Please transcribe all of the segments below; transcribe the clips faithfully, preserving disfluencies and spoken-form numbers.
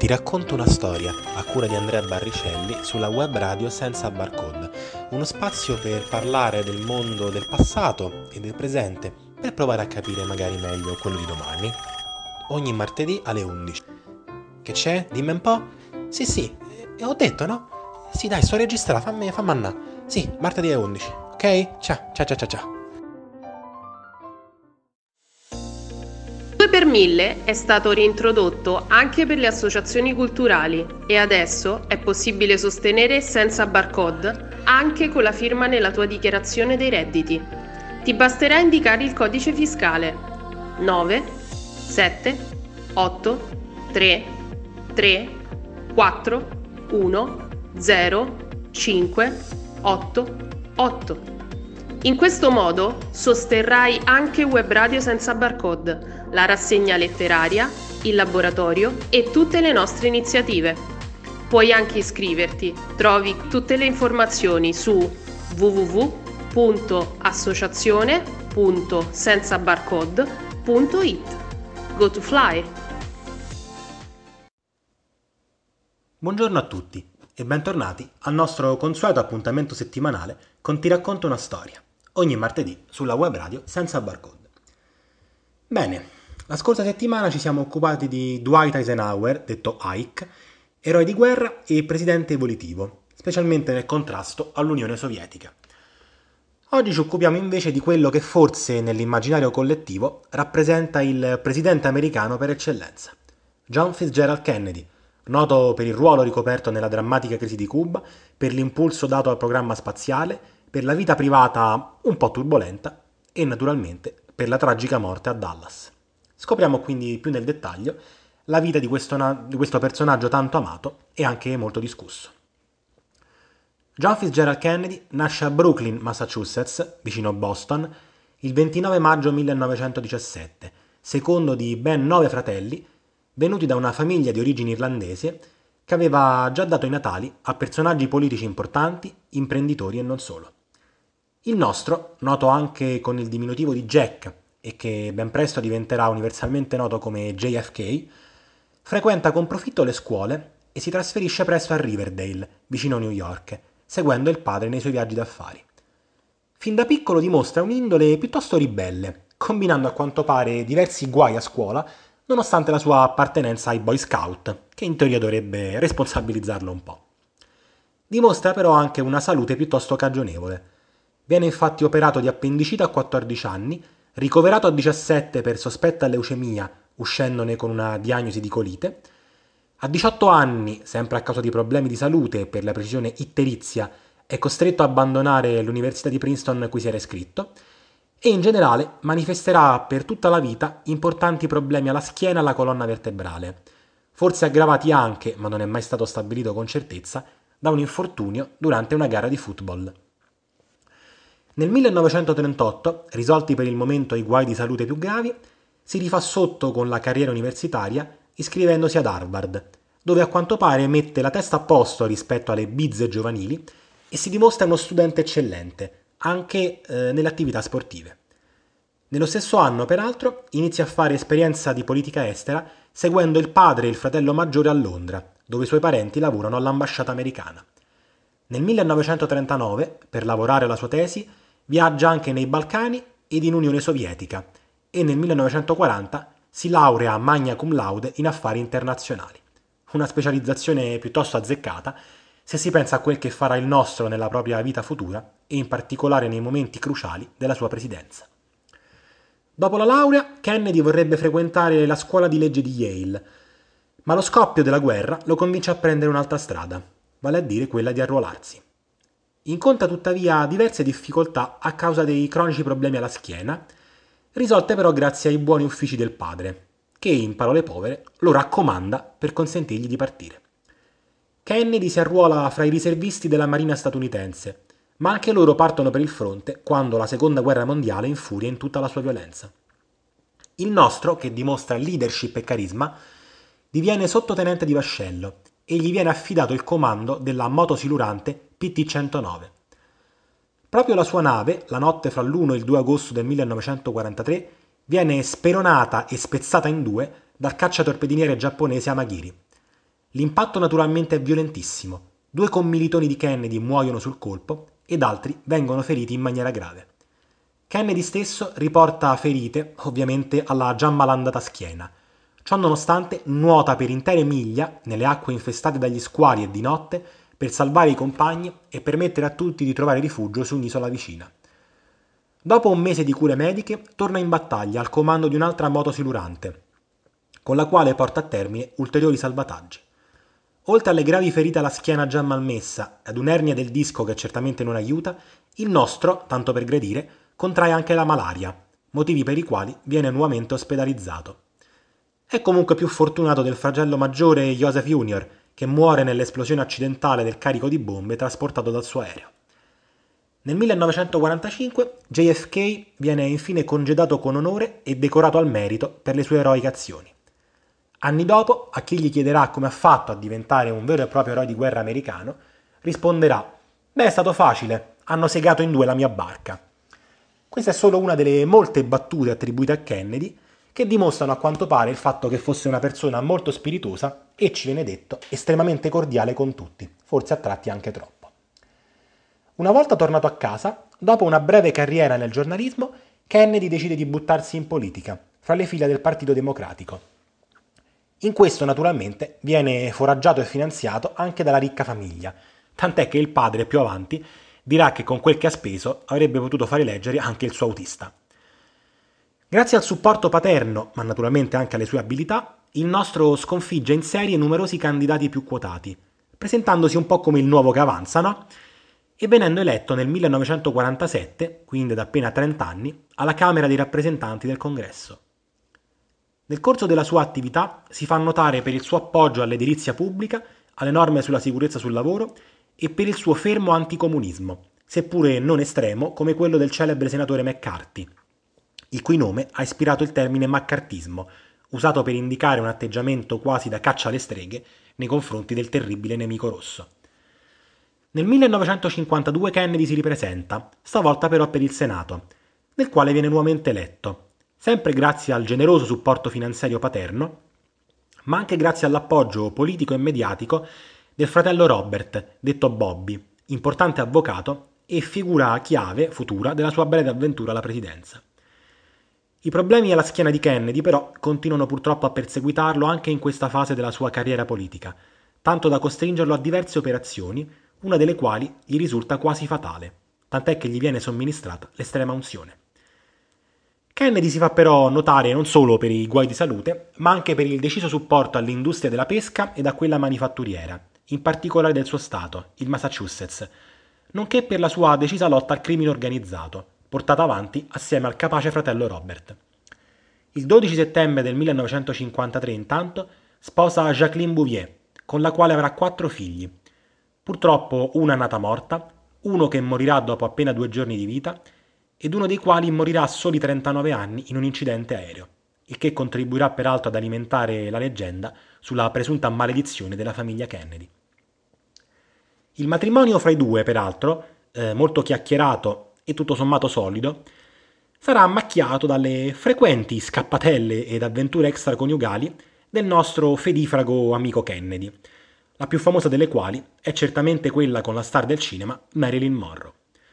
Ti racconto una storia a cura di Andrea Barricelli sulla web radio Senza Barcode, uno spazio per parlare del mondo del passato e del presente, per provare a capire magari meglio quello di domani. Ogni martedì alle undici. Che c'è? Dimmi un po'? Sì, sì, eh, ho detto, no? Sì, dai, sto registrata, fammi, fammi annà. Sì, martedì alle undici, ok? Ciao, ciao, ciao, ciao, ciao. due per mille è stato reintrodotto anche per le associazioni culturali e adesso è possibile sostenere Senza Barcode anche con la firma nella tua dichiarazione dei redditi. Ti basterà indicare il codice fiscale nove sette otto tre tre quattro uno zero cinque otto otto. In questo modo sosterrai anche Web Radio Senza Barcode, la rassegna letteraria, il laboratorio e tutte le nostre iniziative. Puoi anche iscriverti, trovi tutte le informazioni su w w w punto associazione punto senzabarcode punto i t. Go to fly! Buongiorno a tutti e bentornati al nostro consueto appuntamento settimanale con Ti racconto una storia, ogni martedì sulla web radio Senza Barcode. Bene, la scorsa settimana ci siamo occupati di Dwight Eisenhower, detto Ike, eroe di guerra e presidente volitivo, specialmente nel contrasto all'Unione Sovietica. Oggi ci occupiamo invece di quello che forse nell'immaginario collettivo rappresenta il presidente americano per eccellenza, John Fitzgerald Kennedy, noto per il ruolo ricoperto nella drammatica crisi di Cuba, per l'impulso dato al programma spaziale, per la vita privata un po' turbolenta e naturalmente per la tragica morte a Dallas. Scopriamo quindi più nel dettaglio la vita di questo, na- di questo personaggio tanto amato e anche molto discusso. John Fitzgerald Kennedy nasce a Brookline, Massachusetts, vicino Boston, il ventinove maggio millenovecentodiciassette, secondo di ben nove fratelli, venuti da una famiglia di origine irlandese che aveva già dato i natali a personaggi politici importanti, imprenditori e non solo. Il nostro, noto anche con il diminutivo di Jack e che ben presto diventerà universalmente noto come J F K, frequenta con profitto le scuole e si trasferisce presto a Riverdale, vicino New York, seguendo il padre nei suoi viaggi d'affari. Fin da piccolo dimostra un'indole piuttosto ribelle, combinando a quanto pare diversi guai a scuola, nonostante la sua appartenenza ai Boy Scout, che in teoria dovrebbe responsabilizzarlo un po'. Dimostra però anche una salute piuttosto cagionevole. Viene infatti operato di appendicite a quattordici anni, ricoverato a diciassette per sospetta leucemia, uscendone con una diagnosi di colite. A diciotto anni, sempre a causa di problemi di salute per la precisione itterizia, è costretto a abbandonare l'università di Princeton a cui si era iscritto e in generale manifesterà per tutta la vita importanti problemi alla schiena e alla colonna vertebrale, forse aggravati anche, ma non è mai stato stabilito con certezza, da un infortunio durante una gara di football. Nel millenovecentotrentotto, risolti per il momento i guai di salute più gravi, si rifà sotto con la carriera universitaria iscrivendosi ad Harvard, dove a quanto pare mette la testa a posto rispetto alle bizze giovanili e si dimostra uno studente eccellente, anche eh, nelle attività sportive. Nello stesso anno, peraltro, inizia a fare esperienza di politica estera seguendo il padre e il fratello maggiore a Londra, dove i suoi parenti lavorano all'ambasciata americana. Nel millenovecentotrentanove, per lavorare alla sua tesi, viaggia anche nei Balcani ed in Unione Sovietica e nel millenovecentoquaranta si laurea magna cum laude in affari internazionali. Una specializzazione piuttosto azzeccata se si pensa a quel che farà il nostro nella propria vita futura e in particolare nei momenti cruciali della sua presidenza. Dopo la laurea, Kennedy vorrebbe frequentare la scuola di legge di Yale, ma lo scoppio della guerra lo convince a prendere un'altra strada, vale a dire quella di arruolarsi. Incontra tuttavia diverse difficoltà a causa dei cronici problemi alla schiena, risolte però grazie ai buoni uffici del padre, che, in parole povere, lo raccomanda per consentirgli di partire. Kennedy si arruola fra i riservisti della Marina statunitense, ma anche loro partono per il fronte quando la Seconda Guerra Mondiale infuria in tutta la sua violenza. Il nostro, che dimostra leadership e carisma, diviene sottotenente di vascello e gli viene affidato il comando della motosilurante P T centonove. Proprio la sua nave, la notte fra l'primo e il due agosto del millenovecentoquarantatré, viene speronata e spezzata in due dal cacciatorpediniere giapponese Amagiri. L'impatto naturalmente è violentissimo. Due commilitoni di Kennedy muoiono sul colpo ed altri vengono feriti in maniera grave. Kennedy stesso riporta ferite, ovviamente, alla già malandata schiena. Ciò nonostante nuota per intere miglia nelle acque infestate dagli squali e di notte per salvare i compagni e permettere a tutti di trovare rifugio su un'isola vicina. Dopo un mese di cure mediche, torna in battaglia al comando di un'altra motosilurante, con la quale porta a termine ulteriori salvataggi. Oltre alle gravi ferite alla schiena già malmessa e ad un'ernia del disco che certamente non aiuta, il nostro, tanto per gradire, contrae anche la malaria, motivi per i quali viene nuovamente ospedalizzato. È comunque più fortunato del fratello maggiore Joseph junior, che muore nell'esplosione accidentale del carico di bombe trasportato dal suo aereo. Nel millenovecentoquarantacinque J F K viene infine congedato con onore e decorato al merito per le sue eroiche azioni. Anni dopo, a chi gli chiederà come ha fatto a diventare un vero e proprio eroe di guerra americano, risponderà: «Beh, è stato facile, hanno segato in due la mia barca». Questa è solo una delle molte battute attribuite a Kennedy che dimostrano a quanto pare il fatto che fosse una persona molto spiritosa e, ci viene detto, estremamente cordiale con tutti, forse a tratti anche troppo. Una volta tornato a casa, dopo una breve carriera nel giornalismo, Kennedy decide di buttarsi in politica, fra le fila del Partito Democratico. In questo, naturalmente, viene foraggiato e finanziato anche dalla ricca famiglia, tant'è che il padre, più avanti, dirà che con quel che ha speso avrebbe potuto fare eleggere anche il suo autista. Grazie al supporto paterno, ma naturalmente anche alle sue abilità, il nostro sconfigge in serie numerosi candidati più quotati, presentandosi un po' come il nuovo che avanza, no? E venendo eletto nel millenovecentoquarantasette, quindi da appena trenta anni, alla Camera dei rappresentanti del Congresso. Nel corso della sua attività si fa notare per il suo appoggio all'edilizia pubblica, alle norme sulla sicurezza sul lavoro e per il suo fermo anticomunismo, seppure non estremo come quello del celebre senatore McCarthy, il cui nome ha ispirato il termine maccartismo, usato per indicare un atteggiamento quasi da caccia alle streghe nei confronti del terribile nemico rosso. Nel millenovecentocinquantadue Kennedy si ripresenta, stavolta però per il Senato, nel quale viene nuovamente eletto, sempre grazie al generoso supporto finanziario paterno, ma anche grazie all'appoggio politico e mediatico del fratello Robert, detto Bobby, importante avvocato e figura chiave futura della sua breve avventura alla presidenza. I problemi alla schiena di Kennedy però continuano purtroppo a perseguitarlo anche in questa fase della sua carriera politica, tanto da costringerlo a diverse operazioni, una delle quali gli risulta quasi fatale, tant'è che gli viene somministrata l'estrema unzione. Kennedy si fa però notare non solo per i guai di salute, ma anche per il deciso supporto all'industria della pesca ed a quella manifatturiera, in particolare del suo stato, il Massachusetts, nonché per la sua decisa lotta al crimine organizzato, portata avanti assieme al capace fratello Robert. Il dodici settembre del millenovecentocinquantatré, intanto, sposa Jacqueline Bouvier, con la quale avrà quattro figli. Purtroppo una è nata morta, uno che morirà dopo appena due giorni di vita, ed uno dei quali morirà a soli trentanove anni in un incidente aereo, il che contribuirà peraltro ad alimentare la leggenda sulla presunta maledizione della famiglia Kennedy. Il matrimonio fra i due, peraltro, eh, molto chiacchierato e tutto sommato solido, sarà macchiato dalle frequenti scappatelle ed avventure extraconiugali del nostro fedifrago amico Kennedy, la più famosa delle quali è certamente quella con la star del cinema Marilyn Monroe.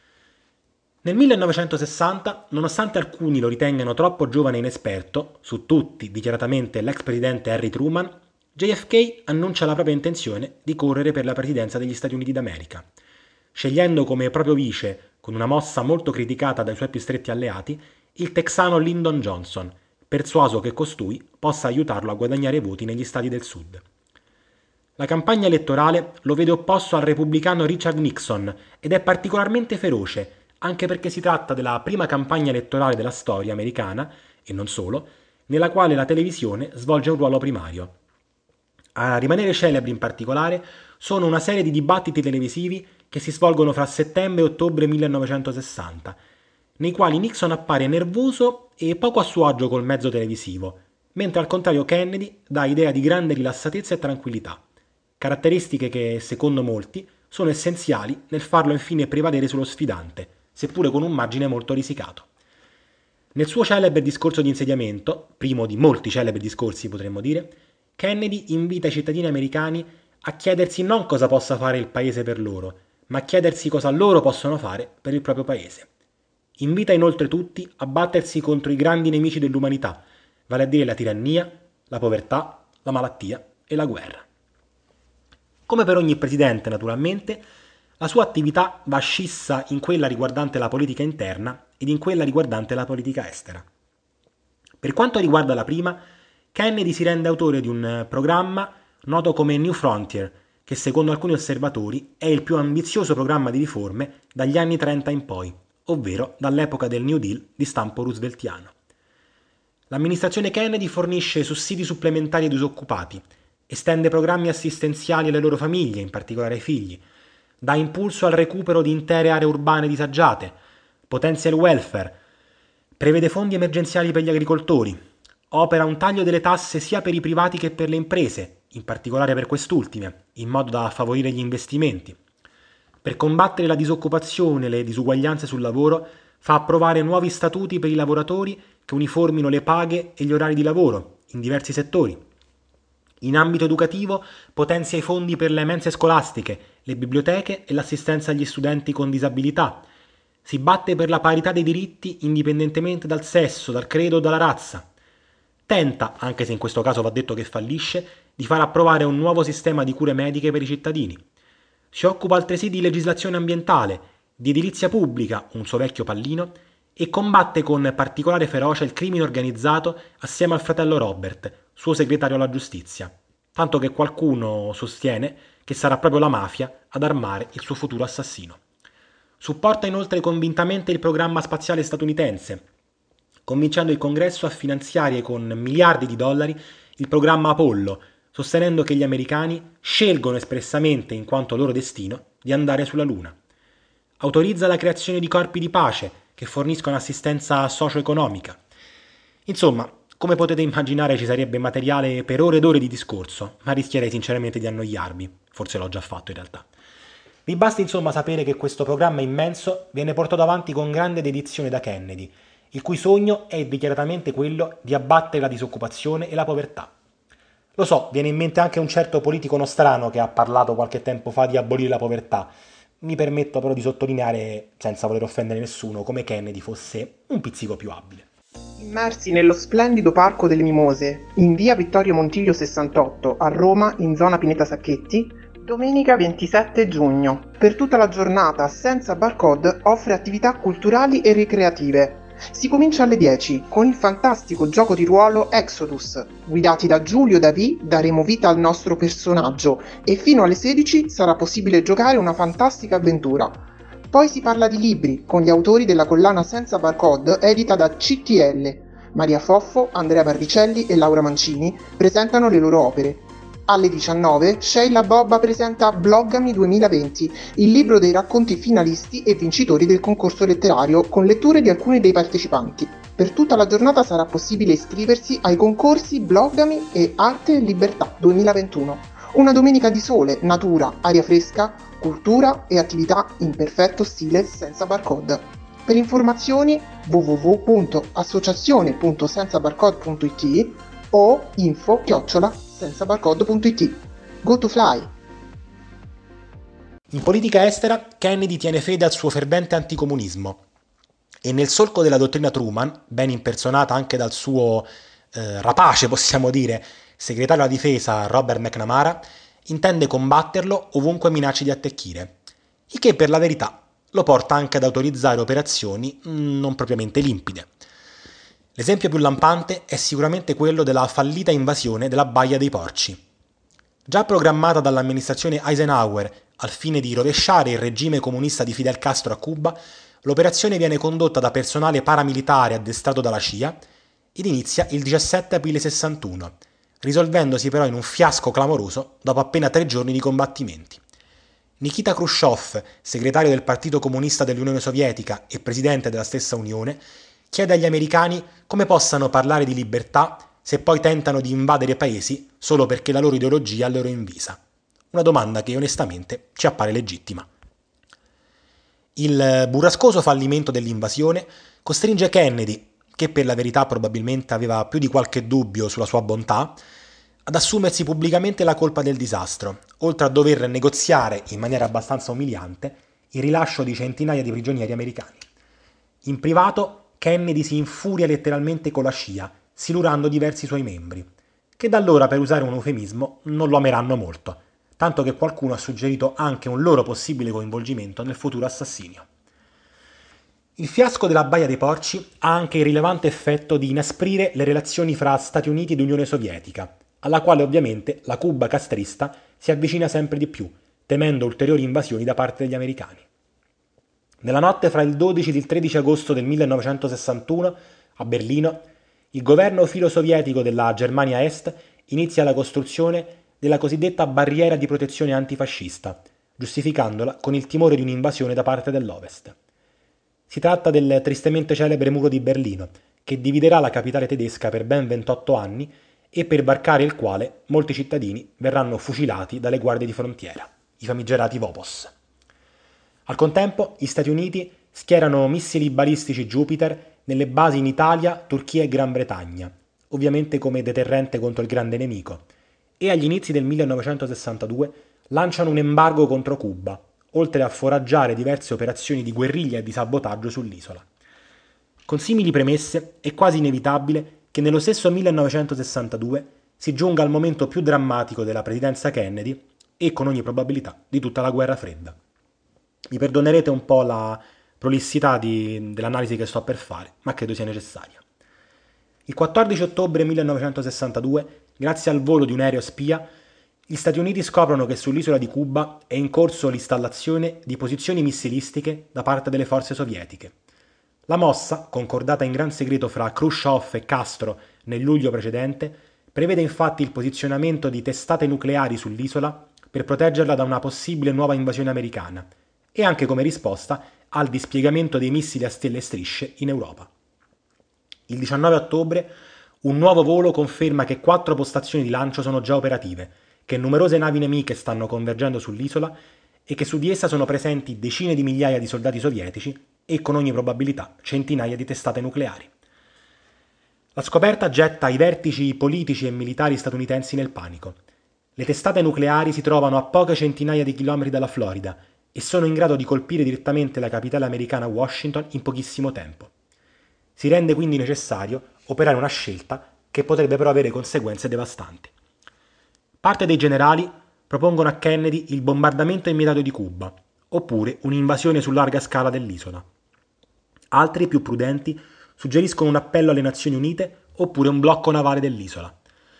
Nel millenovecentosessanta, nonostante alcuni lo ritengano troppo giovane e inesperto, su tutti dichiaratamente l'ex presidente Harry Truman, J F K annuncia la propria intenzione di correre per la presidenza degli Stati Uniti d'America, scegliendo come proprio vice, con una mossa molto criticata dai suoi più stretti alleati, il texano Lyndon Johnson, persuaso che costui possa aiutarlo a guadagnare voti negli stati del sud. La campagna elettorale lo vede opposto al repubblicano Richard Nixon ed è particolarmente feroce, anche perché si tratta della prima campagna elettorale della storia americana, e non solo, nella quale la televisione svolge un ruolo primario. A rimanere celebri in particolare sono una serie di dibattiti televisivi che si svolgono fra settembre e ottobre millenovecentosessanta, nei quali Nixon appare nervoso e poco a suo agio col mezzo televisivo, mentre al contrario Kennedy dà idea di grande rilassatezza e tranquillità, caratteristiche che, secondo molti, sono essenziali nel farlo infine prevalere sullo sfidante, seppure con un margine molto risicato. Nel suo celebre discorso di insediamento, primo di molti celebri discorsi potremmo dire, Kennedy invita i cittadini americani a chiedersi non cosa possa fare il paese per loro, ma a chiedersi cosa loro possono fare per il proprio paese. Invita inoltre tutti a battersi contro i grandi nemici dell'umanità, vale a dire la tirannia, la povertà, la malattia e la guerra. Come per ogni presidente, naturalmente, la sua attività va scissa in quella riguardante la politica interna ed in quella riguardante la politica estera. Per quanto riguarda la prima, Kennedy si rende autore di un programma noto come New Frontier, che secondo alcuni osservatori è il più ambizioso programma di riforme dagli anni trenta in poi, ovvero dall'epoca del New Deal di stampo rooseveltiano. L'amministrazione Kennedy fornisce sussidi supplementari ai disoccupati, estende programmi assistenziali alle loro famiglie, in particolare ai figli, dà impulso al recupero di intere aree urbane disagiate, potenzia il welfare, prevede fondi emergenziali per gli agricoltori, opera un taglio delle tasse sia per i privati che per le imprese, in particolare per quest'ultime, in modo da favorire gli investimenti. Per combattere la disoccupazione e le disuguaglianze sul lavoro, fa approvare nuovi statuti per i lavoratori che uniformino le paghe e gli orari di lavoro in diversi settori. In ambito educativo potenzia i fondi per le mense scolastiche, le biblioteche e l'assistenza agli studenti con disabilità. Si batte per la parità dei diritti indipendentemente dal sesso, dal credo o dalla razza. Tenta, anche se in questo caso va detto che fallisce, di far approvare un nuovo sistema di cure mediche per i cittadini. Si occupa altresì di legislazione ambientale, di edilizia pubblica, un suo vecchio pallino, e combatte con particolare ferocia il crimine organizzato assieme al fratello Robert, suo segretario alla giustizia, tanto che qualcuno sostiene che sarà proprio la mafia ad armare il suo futuro assassino. Supporta inoltre convintamente il programma spaziale statunitense, convincendo il Congresso a finanziare con miliardi di dollari il programma Apollo, sostenendo che gli americani scelgono espressamente in quanto loro destino di andare sulla Luna. Autorizza la creazione di corpi di pace che forniscono assistenza socio-economica. Insomma, come potete immaginare ci sarebbe materiale per ore ed ore di discorso, ma rischierei sinceramente di annoiarvi, forse l'ho già fatto in realtà. Vi basta insomma sapere che questo programma immenso viene portato avanti con grande dedizione da Kennedy, il cui sogno è dichiaratamente quello di abbattere la disoccupazione e la povertà. Lo so, viene in mente anche un certo politico nostrano che ha parlato qualche tempo fa di abolire la povertà. Mi permetto però di sottolineare, senza voler offendere nessuno, come Kennedy fosse un pizzico più abile. Immersi nello splendido Parco delle Mimose, in via Vittorio Montiglio sessantotto, a Roma, in zona Pineta Sacchetti, domenica ventisette giugno. Per tutta la giornata Senza Barcode offre attività culturali e ricreative. Si comincia alle dieci con il fantastico gioco di ruolo Exodus. Guidati da Giulio Davì daremo vita al nostro personaggio e fino alle sedici sarà possibile giocare una fantastica avventura. Poi si parla di libri con gli autori della collana Senza Barcode edita da C T L. Maria Foffo, Andrea Barricelli e Laura Mancini presentano le loro opere. Alle diciannove Sheila Bobba presenta Bloggami duemilaventi, il libro dei racconti finalisti e vincitori del concorso letterario con letture di alcuni dei partecipanti. Per tutta la giornata sarà possibile iscriversi ai concorsi Bloggami e Arte e Libertà duemilaventuno. Una domenica di sole, natura, aria fresca, cultura e attività in perfetto stile Senza Barcode. Per informazioni w w w punto associazione punto senza barcode punto i t o info chiocciola senza barcode punto i t. Go to fly! In politica estera, Kennedy tiene fede al suo fervente anticomunismo e nel solco della dottrina Truman, ben impersonata anche dal suo eh, rapace, possiamo dire, segretario alla difesa Robert McNamara, intende combatterlo ovunque minacci di attecchire, il che per la verità lo porta anche ad autorizzare operazioni mh, non propriamente limpide. L'esempio più lampante è sicuramente quello della fallita invasione della Baia dei Porci. Già programmata dall'amministrazione Eisenhower al fine di rovesciare il regime comunista di Fidel Castro a Cuba, l'operazione viene condotta da personale paramilitare addestrato dalla C I A ed inizia il diciassette aprile sessantuno, risolvendosi però in un fiasco clamoroso dopo appena tre giorni di combattimenti. Nikita Khrushchev, segretario del Partito Comunista dell'Unione Sovietica e presidente della stessa Unione, chiede agli americani come possano parlare di libertà se poi tentano di invadere paesi solo perché la loro ideologia è loro invisa. Una domanda che onestamente ci appare legittima. Il burrascoso fallimento dell'invasione costringe Kennedy, che per la verità probabilmente aveva più di qualche dubbio sulla sua bontà, ad assumersi pubblicamente la colpa del disastro, oltre a dover negoziare in maniera abbastanza umiliante il rilascio di centinaia di prigionieri americani. In privato, Kennedy si infuria letteralmente con la scia, silurando diversi suoi membri, che da allora, per usare un eufemismo, non lo ameranno molto, tanto che qualcuno ha suggerito anche un loro possibile coinvolgimento nel futuro assassinio. Il fiasco della Baia dei Porci ha anche il rilevante effetto di inasprire le relazioni fra Stati Uniti ed Unione Sovietica, alla quale ovviamente la Cuba castrista si avvicina sempre di più, temendo ulteriori invasioni da parte degli americani. Nella notte fra il dodici ed il tredici agosto del millenovecentosessantuno, a Berlino, il governo filo-sovietico della Germania Est inizia la costruzione della cosiddetta barriera di protezione antifascista, giustificandola con il timore di un'invasione da parte dell'Ovest. Si tratta del tristemente celebre muro di Berlino, che dividerà la capitale tedesca per ben ventotto anni e per varcare il quale molti cittadini verranno fucilati dalle guardie di frontiera, i famigerati Vopos. Al contempo, gli Stati Uniti schierano missili balistici Jupiter nelle basi in Italia, Turchia e Gran Bretagna, ovviamente come deterrente contro il grande nemico, e agli inizi del millenovecentosessantadue lanciano un embargo contro Cuba, oltre a foraggiare diverse operazioni di guerriglia e di sabotaggio sull'isola. Con simili premesse è quasi inevitabile che nello stesso millenovecentosessantadue si giunga al momento più drammatico della presidenza Kennedy e con ogni probabilità di tutta la guerra fredda. Mi perdonerete un po' la prolissità di, dell'analisi che sto per fare, ma credo sia necessaria. Il quattordici ottobre millenovecentosessantadue, grazie al volo di un aereo spia, gli Stati Uniti scoprono che sull'isola di Cuba è in corso l'installazione di posizioni missilistiche da parte delle forze sovietiche. La mossa, concordata in gran segreto fra Khrushchev e Castro nel luglio precedente, prevede infatti il posizionamento di testate nucleari sull'isola per proteggerla da una possibile nuova invasione americana e anche come risposta al dispiegamento dei missili a stelle e strisce in Europa. Il diciannove ottobre un nuovo volo conferma che quattro postazioni di lancio sono già operative, che numerose navi nemiche stanno convergendo sull'isola e che su di essa sono presenti decine di migliaia di soldati sovietici e con ogni probabilità centinaia di testate nucleari. La scoperta getta i vertici politici e militari statunitensi nel panico. Le testate nucleari si trovano a poche centinaia di chilometri dalla Florida e sono in grado di colpire direttamente la capitale americana Washington in pochissimo tempo. Si rende quindi necessario operare una scelta che potrebbe però avere conseguenze devastanti. Parte dei generali propongono a Kennedy il bombardamento immediato di Cuba, oppure un'invasione su larga scala dell'isola. Altri, più prudenti, suggeriscono un appello alle Nazioni Unite oppure un blocco navale dell'isola.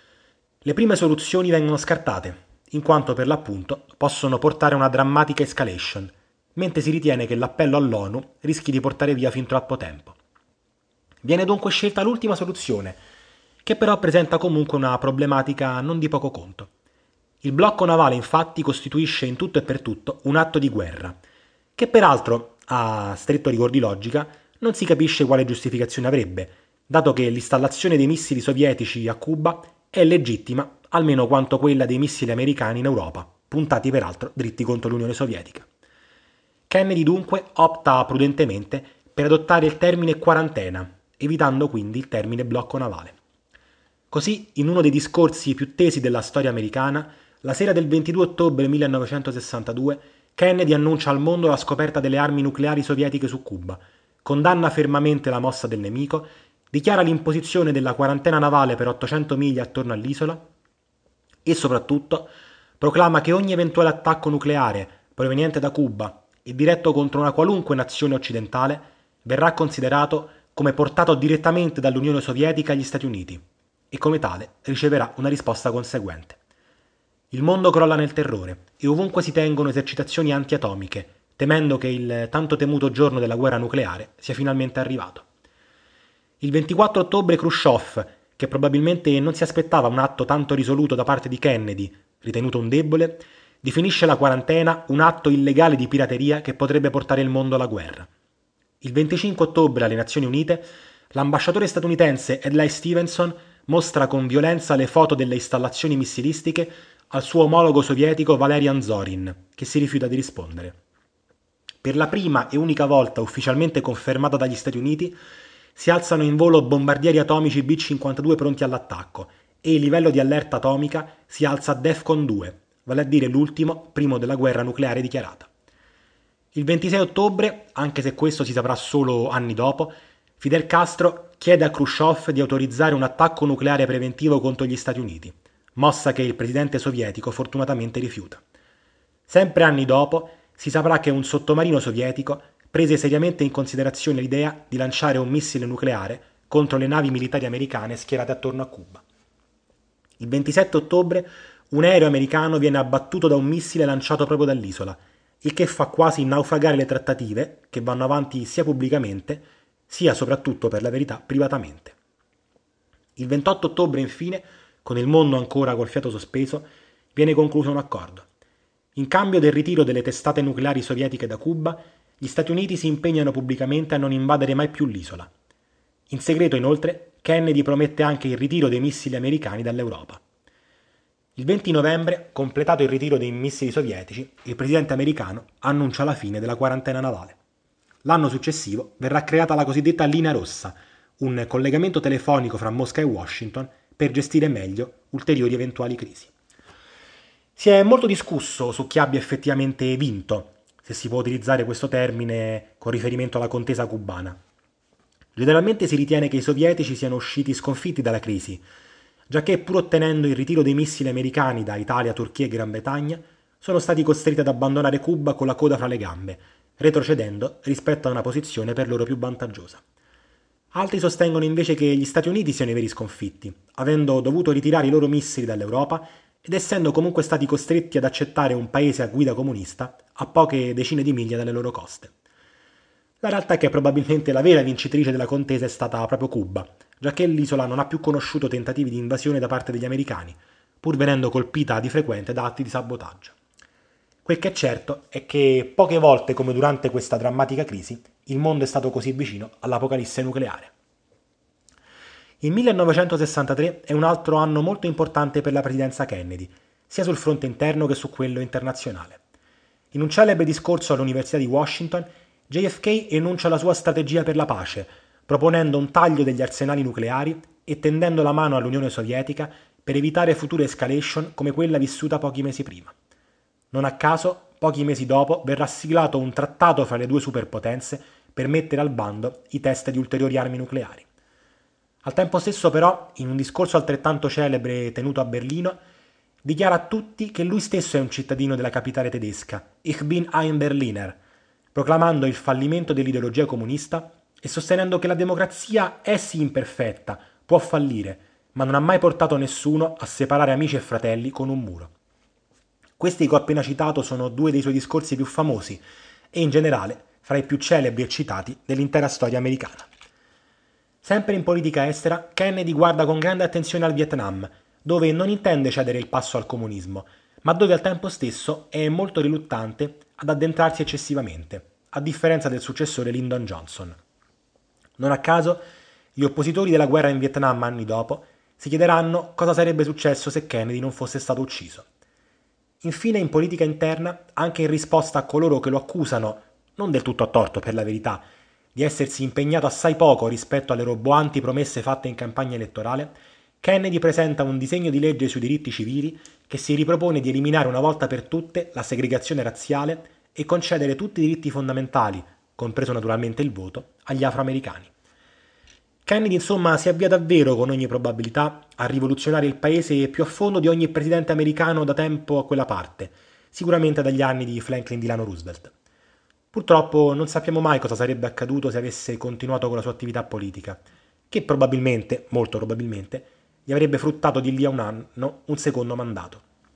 Le prime soluzioni vengono scartate, in quanto per l'appunto possono portare a una drammatica escalation, mentre si ritiene che l'appello all'ONU rischi di portare via fin troppo tempo. Viene dunque scelta l'ultima soluzione, che però presenta comunque una problematica non di poco conto. Il blocco navale infatti costituisce in tutto e per tutto un atto di guerra, che peraltro, a stretto rigor di logica, non si capisce quale giustificazione avrebbe, dato che l'installazione dei missili sovietici a Cuba è legittima almeno quanto quella dei missili americani in Europa, puntati peraltro dritti contro l'Unione Sovietica. Kennedy dunque opta prudentemente per adottare il termine quarantena, evitando quindi il termine blocco navale. Così, in uno dei discorsi più tesi della storia americana, la sera del ventidue ottobre millenovecentosessantadue, Kennedy annuncia al mondo la scoperta delle armi nucleari sovietiche su Cuba, condanna fermamente la mossa del nemico, dichiara l'imposizione della quarantena navale per ottocento miglia attorno all'isola e soprattutto proclama che ogni eventuale attacco nucleare proveniente da Cuba e diretto contro una qualunque nazione occidentale verrà considerato come portato direttamente dall'Unione Sovietica agli Stati Uniti e come tale riceverà una risposta conseguente. Il mondo crolla nel terrore e ovunque si tengono esercitazioni antiatomiche, temendo che il tanto temuto giorno della guerra nucleare sia finalmente arrivato. Il ventiquattro ottobre Khrushchev, che probabilmente non si aspettava un atto tanto risoluto da parte di Kennedy, ritenuto un debole, definisce la quarantena un atto illegale di pirateria che potrebbe portare il mondo alla guerra. Il venticinque ottobre alle Nazioni Unite, l'ambasciatore statunitense Adlai Stevenson mostra con violenza le foto delle installazioni missilistiche al suo omologo sovietico Valerian Zorin, che si rifiuta di rispondere. Per la prima e unica volta ufficialmente confermata dagli Stati Uniti, si alzano in volo bombardieri atomici B cinquantadue pronti all'attacco e il livello di allerta atomica si alza a Defcon due, vale a dire l'ultimo prima della guerra nucleare dichiarata. Il ventisei ottobre, anche se questo si saprà solo anni dopo, Fidel Castro chiede a Khrushchev di autorizzare un attacco nucleare preventivo contro gli Stati Uniti, mossa che il presidente sovietico fortunatamente rifiuta. Sempre anni dopo si saprà che un sottomarino sovietico prese seriamente in considerazione l'idea di lanciare un missile nucleare contro le navi militari americane schierate attorno a Cuba. Il ventisette ottobre un aereo americano viene abbattuto da un missile lanciato proprio dall'isola, il che fa quasi naufragare le trattative che vanno avanti sia pubblicamente sia soprattutto per la verità privatamente. Il ventotto ottobre infine, con il mondo ancora col fiato sospeso, viene concluso un accordo. In cambio del ritiro delle testate nucleari sovietiche da Cuba, gli Stati Uniti si impegnano pubblicamente a non invadere mai più l'isola. In segreto, inoltre, Kennedy promette anche il ritiro dei missili americani dall'Europa. Il venti novembre, completato il ritiro dei missili sovietici, il presidente americano annuncia la fine della quarantena navale. L'anno successivo verrà creata la cosiddetta Linea Rossa, un collegamento telefonico fra Mosca e Washington per gestire meglio ulteriori eventuali crisi. Si è molto discusso su chi abbia effettivamente vinto, se si può utilizzare questo termine con riferimento alla contesa cubana. Generalmente si ritiene che i sovietici siano usciti sconfitti dalla crisi, giacché pur ottenendo il ritiro dei missili americani da Italia, Turchia e Gran Bretagna, sono stati costretti ad abbandonare Cuba con la coda fra le gambe, retrocedendo rispetto a una posizione per loro più vantaggiosa. Altri sostengono invece che gli Stati Uniti siano i veri sconfitti, avendo dovuto ritirare i loro missili dall'Europa ed essendo comunque stati costretti ad accettare un paese a guida comunista a poche decine di miglia dalle loro coste. La realtà è che probabilmente la vera vincitrice della contesa è stata proprio Cuba, giacché l'isola non ha più conosciuto tentativi di invasione da parte degli americani, pur venendo colpita di frequente da atti di sabotaggio. Quel che è certo è che poche volte come durante questa drammatica crisi il mondo è stato così vicino all'apocalisse nucleare. Il millenovecentosessantatré è un altro anno molto importante per la presidenza Kennedy, sia sul fronte interno che su quello internazionale. In un celebre discorso all'Università di Washington, J F K enuncia la sua strategia per la pace, proponendo un taglio degli arsenali nucleari e tendendo la mano all'Unione Sovietica per evitare future escalation come quella vissuta pochi mesi prima. Non a caso, pochi mesi dopo, verrà siglato un trattato fra le due superpotenze per mettere al bando i test di ulteriori armi nucleari. Al tempo stesso, però, in un discorso altrettanto celebre tenuto a Berlino, dichiara a tutti che lui stesso è un cittadino della capitale tedesca, Ich bin ein Berliner, proclamando il fallimento dell'ideologia comunista e sostenendo che la democrazia è sì imperfetta, può fallire, ma non ha mai portato nessuno a separare amici e fratelli con un muro. Questi che ho appena citato sono due dei suoi discorsi più famosi e in generale fra i più celebri e citati dell'intera storia americana. Sempre in politica estera, Kennedy guarda con grande attenzione al Vietnam, dove non intende cedere il passo al comunismo, ma dove al tempo stesso è molto riluttante ad addentrarsi eccessivamente, a differenza del successore Lyndon Johnson. Non a caso, gli oppositori della guerra in Vietnam anni dopo si chiederanno cosa sarebbe successo se Kennedy non fosse stato ucciso. Infine, in politica interna, anche in risposta a coloro che lo accusano, non del tutto a torto per la verità, di essersi impegnato assai poco rispetto alle roboanti promesse fatte in campagna elettorale, Kennedy presenta un disegno di legge sui diritti civili che si ripropone di eliminare una volta per tutte la segregazione razziale e concedere tutti i diritti fondamentali, compreso naturalmente il voto, agli afroamericani. Kennedy insomma si avvia davvero con ogni probabilità a rivoluzionare il paese più a fondo di ogni presidente americano da tempo a quella parte, sicuramente dagli anni di Franklin Delano Roosevelt. Purtroppo non sappiamo mai cosa sarebbe accaduto se avesse continuato con la sua attività politica, che probabilmente, molto probabilmente, gli avrebbe fruttato di lì a un anno un secondo mandato.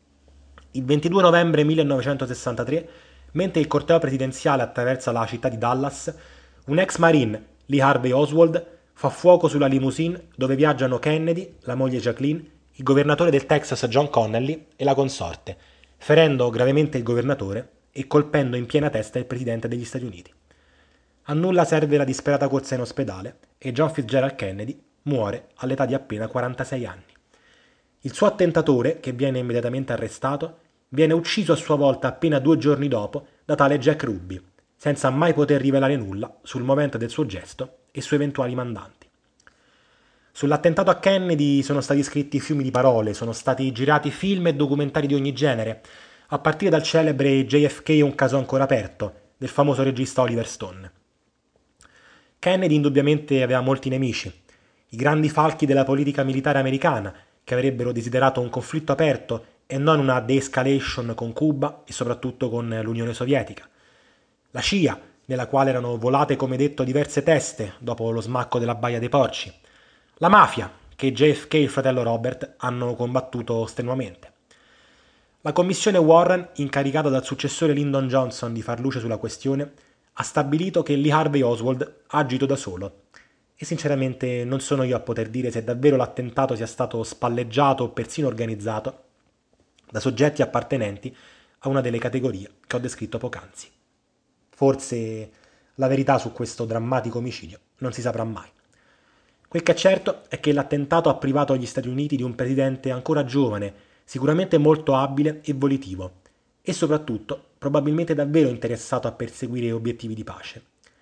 Il ventidue novembre millenovecentosessantatré, mentre il corteo presidenziale attraversa la città di Dallas, un ex marine, Lee Harvey Oswald, fa fuoco sulla limousine dove viaggiano Kennedy, la moglie Jacqueline, il governatore del Texas John Connally e la consorte, ferendo gravemente il governatore e colpendo in piena testa il presidente degli Stati Uniti. A nulla serve la disperata corsa in ospedale e John Fitzgerald Kennedy muore all'età di appena quarantasei anni. Il suo attentatore, che viene immediatamente arrestato, viene ucciso a sua volta appena due giorni dopo da tale Jack Ruby, senza mai poter rivelare nulla sul momento del suo gesto e su eventuali mandanti. Sull'attentato a Kennedy sono stati scritti fiumi di parole, sono stati girati film e documentari di ogni genere, a partire dal celebre J F K, un caso ancora aperto, del famoso regista Oliver Stone. Kennedy indubbiamente aveva molti nemici, i grandi falchi della politica militare americana, che avrebbero desiderato un conflitto aperto e non una de-escalation con Cuba e soprattutto con l'Unione Sovietica. La C I A, nella quale erano volate come detto diverse teste dopo lo smacco della Baia dei Porci. La mafia, che J F K e il fratello Robert hanno combattuto strenuamente. La commissione Warren, incaricata dal successore Lyndon Johnson di far luce sulla questione, ha stabilito che Lee Harvey Oswald ha agito da solo. E sinceramente non sono io a poter dire se davvero l'attentato sia stato spalleggiato o persino organizzato da soggetti appartenenti a una delle categorie che ho descritto poc'anzi. Forse la verità su questo drammatico omicidio non si saprà mai. Quel che è certo è che l'attentato ha privato gli Stati Uniti di un presidente ancora giovane, sicuramente molto abile e volitivo, e soprattutto probabilmente davvero interessato a perseguire obiettivi di pace.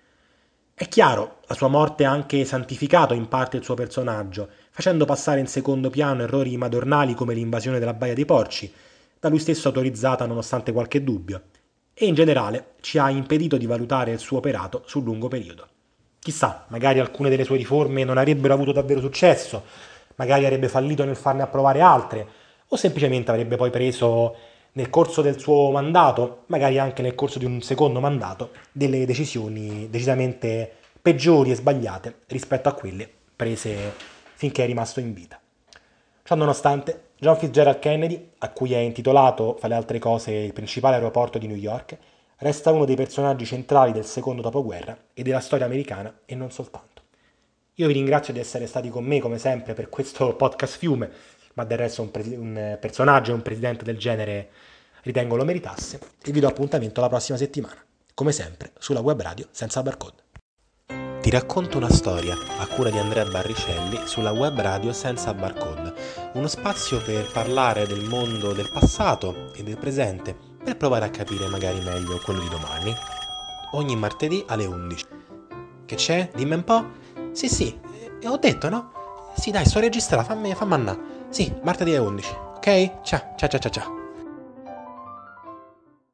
È chiaro, la sua morte ha anche santificato in parte il suo personaggio, facendo passare in secondo piano errori madornali come l'invasione della Baia dei Porci, da lui stesso autorizzata nonostante qualche dubbio, e in generale ci ha impedito di valutare il suo operato sul lungo periodo. Chissà, magari alcune delle sue riforme non avrebbero avuto davvero successo, magari avrebbe fallito nel farne approvare altre, o semplicemente avrebbe poi preso nel corso del suo mandato, magari anche nel corso di un secondo mandato, delle decisioni decisamente peggiori e sbagliate rispetto a quelle prese finché è rimasto in vita. Ciò nonostante, John Fitzgerald Kennedy, a cui è intitolato, fra le altre cose, il principale aeroporto di New York, resta uno dei personaggi centrali del secondo dopoguerra e della storia americana e non soltanto. Io vi ringrazio di essere stati con me come sempre per questo podcast fiume, ma del resto un, pres- un personaggio e un presidente del genere ritengo lo meritasse, e vi do appuntamento la prossima settimana, come sempre sulla web radio senza barcode. Ti racconto una storia a cura di Andrea Barricelli sulla web radio senza barcode, uno spazio per parlare del mondo del passato e del presente, per provare a capire magari meglio quello di domani. Ogni martedì alle undici. Che c'è? Dimmi un po'? Sì, sì, eh, ho detto, no? Sì, dai, sto registrando, fammi, fammi andare. Sì, martedì alle undici, ok? Ciao, ciao, ciao, ciao, ciao.